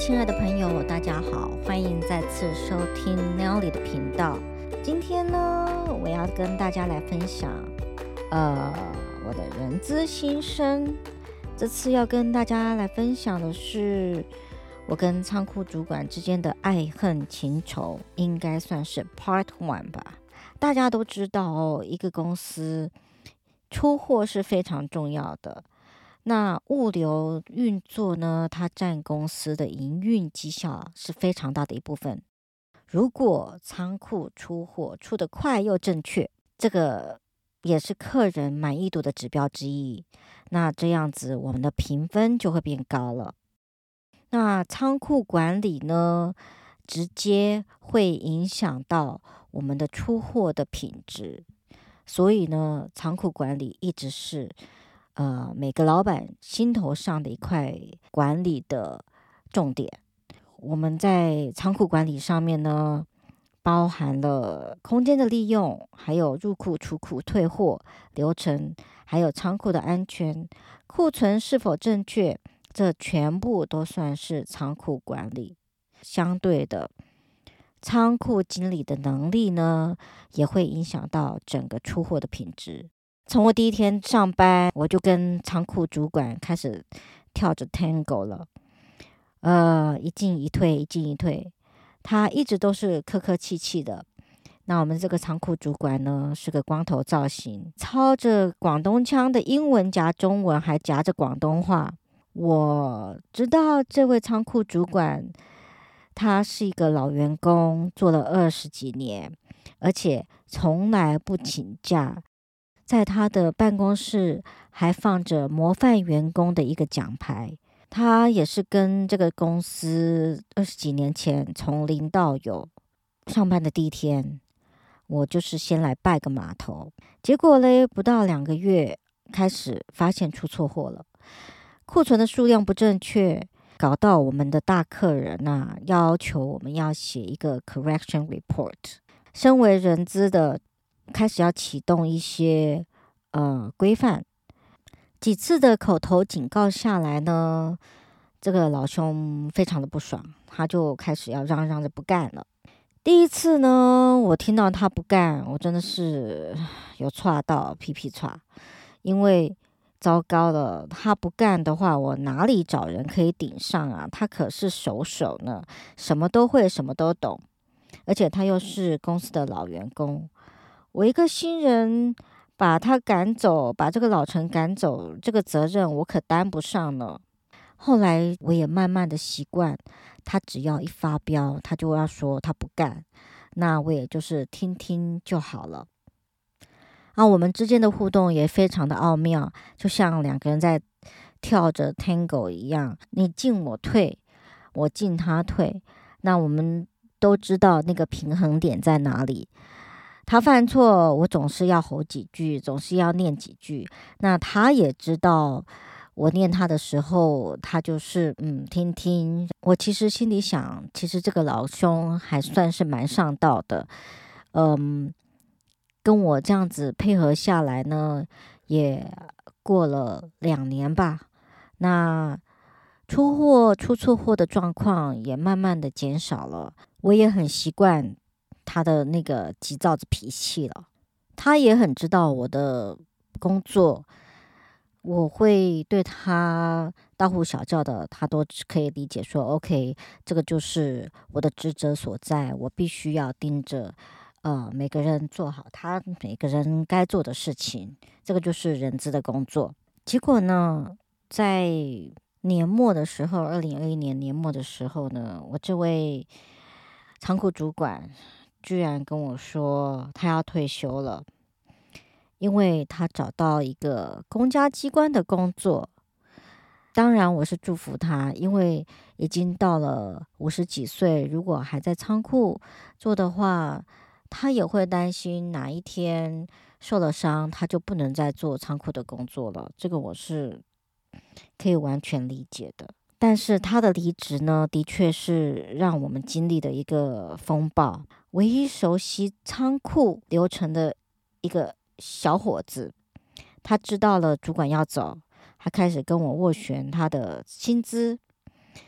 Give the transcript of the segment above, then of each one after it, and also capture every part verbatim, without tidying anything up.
亲爱的朋友，大家好，欢迎再次收听 Nelly 的频道。今天呢，我要跟大家来分享，呃，我的人资心声。这次要跟大家来分享的是，我跟仓库主管之间的爱恨情仇，应该算是 Part One 吧。大家都知道哦，一个公司出货是非常重要的。那物流运作呢，它占公司的营运绩效是非常大的一部分。如果仓库出货出得快又正确，这个也是客人满意度的指标之一。那这样子，我们的评分就会变高了。那仓库管理呢，直接会影响到我们的出货的品质。所以呢，仓库管理一直是呃，每个老板心头上的一块管理的重点。我们在仓库管理上面呢，包含了空间的利用，还有入库、出库、退货流程，还有仓库的安全、库存是否正确，这全部都算是仓库管理。相对的，仓库经理的能力呢，也会影响到整个出货的品质。从我第一天上班，我就跟仓库主管开始跳着 Tango 了，呃，一进一退，一进一退。他一直都是客客气气的。那我们这个仓库主管呢，是个光头造型，操着广东腔的英文夹中文，还夹着广东话。我知道这位仓库主管，他是一个老员工，做了二十几年，而且从来不请假。在他的办公室还放着模范员工的一个奖牌。他也是跟这个公司二十几年前从零到有。上班的第一天，我就是先来拜个码头。结果嘞，不到两个月，开始发现出错货了，库存的数量不正确，搞到我们的大客人啊，要求我们要写一个 correction report。身为人资的，开始要启动一些呃规范。几次的口头警告下来呢，这个老兄非常的不爽，他就开始要嚷嚷着不干了。第一次呢，我听到他不干，我真的是有剉到屁屁剉，因为糟糕了，他不干的话，我哪里找人可以顶上啊？他可是手手呢，什么都会，什么都懂，而且他又是公司的老员工。我一个新人把他赶走，把这个老陈赶走，这个责任我可担不上呢。后来我也慢慢的习惯，他只要一发飙，他就要说他不干，那我也就是听听就好了。啊，我们之间的互动也非常的奥妙，就像两个人在跳着 Tango 一样，你进我退，我进他退，那我们都知道那个平衡点在哪里。他犯错，我总是要吼几句，总是要念几句。那他也知道，我念他的时候，他就是嗯听听。我其实心里想，其实这个老兄还算是蛮上道的，嗯，跟我这样子配合下来呢，也过了两年吧。那出货出错货的状况也慢慢的减少了，我也很习惯他的那个急躁的脾气了。他也很知道我的工作，我会对他大呼小叫的，他都可以理解说 OK， 这个就是我的职责所在，我必须要盯着呃每个人做好他每个人该做的事情，这个就是人资的工作。结果呢，在年末的时候，二零二一年年末的时候呢，我这位仓库主管居然跟我说他要退休了，因为他找到一个公家机关的工作。当然我是祝福他，因为已经到了五十几岁，如果还在仓库做的话，他也会担心哪一天受了伤，他就不能再做仓库的工作了。这个我是可以完全理解的。但是他的离职呢，的确是让我们经历了一个风暴。唯一熟悉仓库流程的一个小伙子，他知道了主管要走，他开始跟我斡旋他的薪资。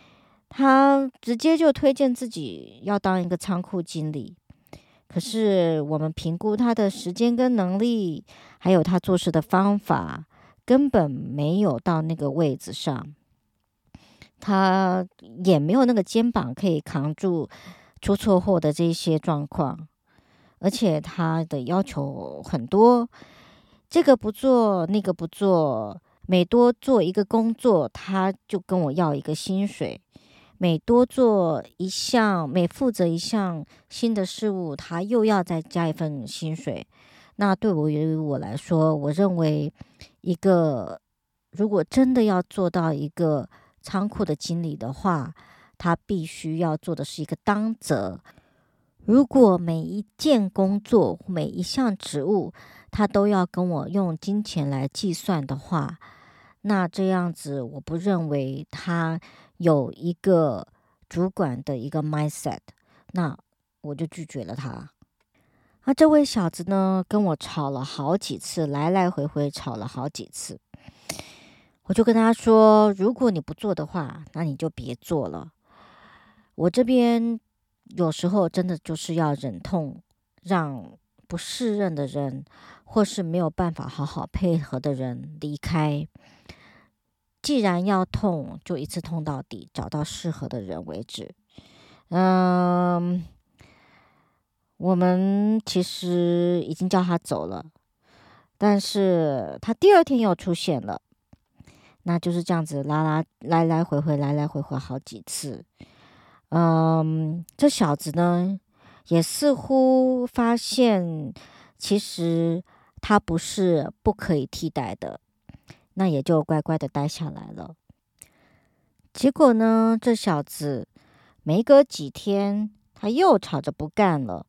他直接就推荐自己要当一个仓库经理。可是我们评估他的时间跟能力，还有他做事的方法，根本没有到那个位置上。他也没有那个肩膀可以扛住出错货的这些状况，而且他的要求很多，这个不做，那个不做，每多做一个工作，他就跟我要一个薪水。每多做一项，每负责一项新的事物，他又要再加一份薪水。那对我于我来说，我认为一个如果真的要做到一个仓库的经理的话，他必须要做的是一个当责。如果每一件工作、每一项职务，他都要跟我用金钱来计算的话，那这样子，我不认为他有一个主管的一个 mindset， 那我就拒绝了他。那这位小子呢，跟我吵了好几次，来来回回吵了好几次。我就跟他说，如果你不做的话，那你就别做了。我这边有时候真的就是要忍痛，让不适任的人，或是没有办法好好配合的人离开。既然要痛，就一次痛到底，找到适合的人为止。嗯，我们其实已经叫他走了，但是他第二天又出现了，那就是这样子拉拉来来回回，来来回回好几次。嗯，这小子呢，也似乎发现，其实他不是不可以替代的。那也就乖乖的待下来了。结果呢，这小子没隔几天，他又吵着不干了。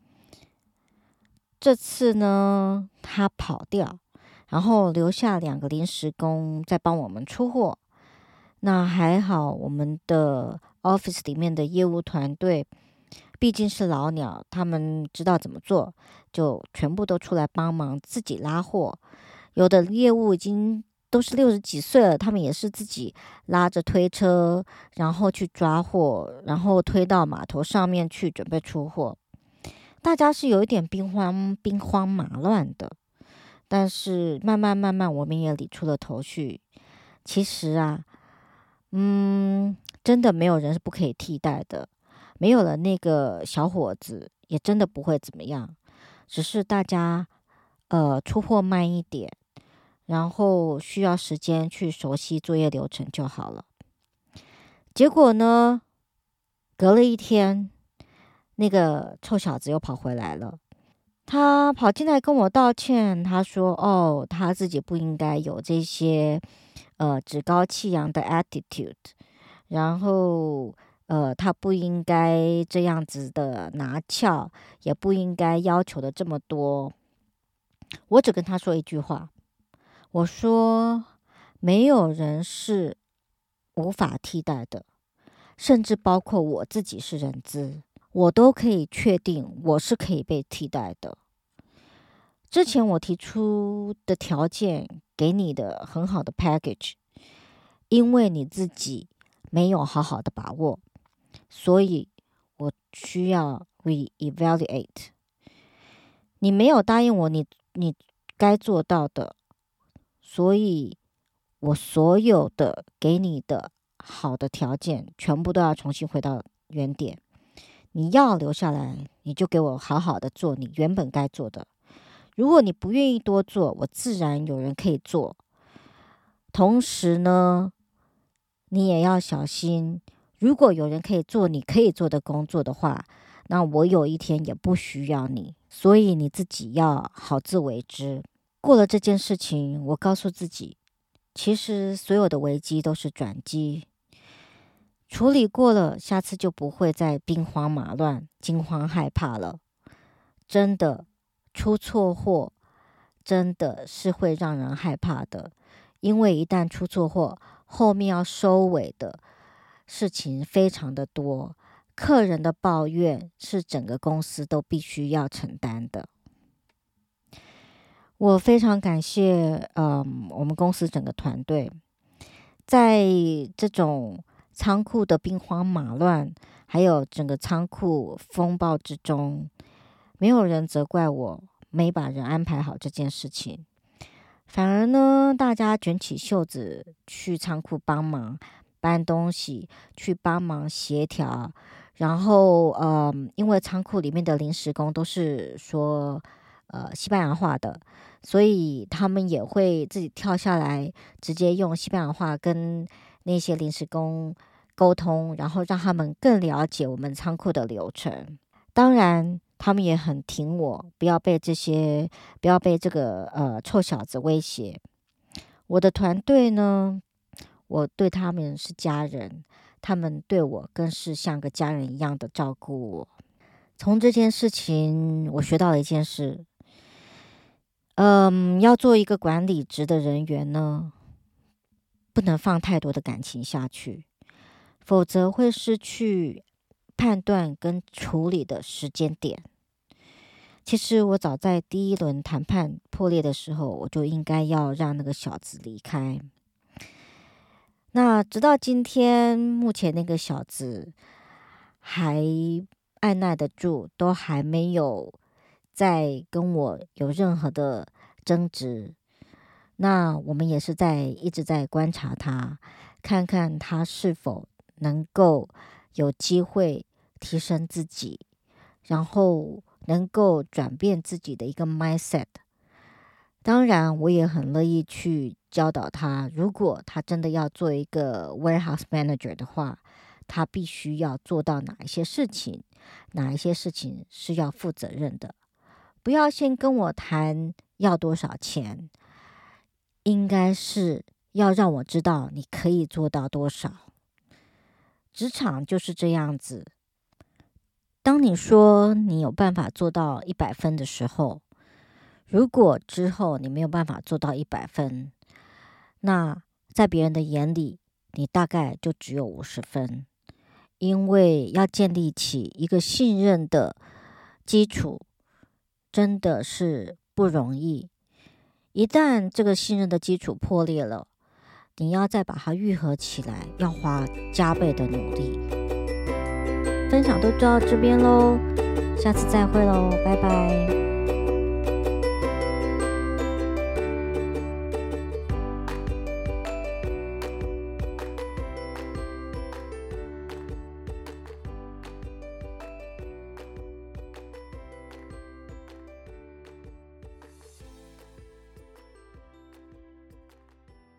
这次呢，他跑掉，然后留下两个临时工在帮我们出货。那还好，我们的 office 里面的业务团队毕竟是老鸟，他们知道怎么做，就全部都出来帮忙，自己拉货。有的业务已经都是六十几岁了，他们也是自己拉着推车，然后去抓货，然后推到码头上面去准备出货。大家是有一点兵荒兵荒马乱的，但是慢慢慢慢，我们也理出了头绪。其实啊，嗯，真的没有人是不可以替代的，没有了那个小伙子，也真的不会怎么样，只是大家呃出货慢一点。然后需要时间去熟悉作业流程就好了。结果呢，隔了一天，那个臭小子又跑回来了。他跑进来跟我道歉，他说：“哦，他自己不应该有这些呃趾高气扬的 attitude，然后呃他不应该这样子的拿翘，也不应该要求的这么多。”我只跟他说一句话。我说，没有人是无法替代的，甚至包括我自己是人资，我都可以确定我是可以被替代的。之前我提出的条件给你的很好的 package， 因为你自己没有好好的把握，所以我需要 re-evaluate。你没有答应我你你该做到的。所以，我所有的给你的好的条件，全部都要重新回到原点。你要留下来，你就给我好好的做你原本该做的。如果你不愿意多做，我自然有人可以做。同时呢，你也要小心，如果有人可以做你可以做的工作的话，那我有一天也不需要你。所以你自己要好自为之。过了这件事情，我告诉自己，其实所有的危机都是转机，处理过了，下次就不会再兵荒马乱、惊慌害怕了。真的，出错货真的是会让人害怕的，因为一旦出错货，后面要收尾的事情非常的多，客人的抱怨是整个公司都必须要承担的。我非常感谢，嗯，我们公司整个团队，在这种仓库的兵荒马乱，还有整个仓库风暴之中，没有人责怪我没把人安排好这件事情，反而呢，大家卷起袖子去仓库帮忙搬东西，去帮忙协调。然后，呃，因为仓库里面的临时工都是说呃西班牙话的，所以他们也会自己跳下来，直接用西班牙话跟那些临时工沟通，然后让他们更了解我们仓库的流程。当然，他们也很挺我，不要被这些，不要被这个呃臭小子威胁。我的团队呢，我对他们是家人，他们对我更是像个家人一样的照顾我。从这件事情，我学到了一件事，嗯，要做一个管理职的人员呢，不能放太多的感情下去，否则会失去判断跟处理的时间点。其实我早在第一轮谈判破裂的时候，我就应该要让那个小子离开。那直到今天，目前那个小子还按耐得住，都还没有再跟我有任何的争执。那我们也是在一直在观察他，看看他是否能够有机会提升自己，然后能够转变自己的一个 mindset。当然，我也很乐意去教导他，如果他真的要做一个 warehouse manager 的话，他必须要做到哪一些事情，哪一些事情是要负责任的。不要先跟我谈要多少钱，应该是要让我知道你可以做到多少。职场就是这样子，当你说你有办法做到一百分的时候，如果之后你没有办法做到一百分，那在别人的眼里，你大概就只有五十分。因为要建立起一个信任的基础，真的是不容易。一旦这个信任的基础破裂了，你要再把它愈合起来，要花加倍的努力。分享都到这边咯，下次再会咯，拜拜。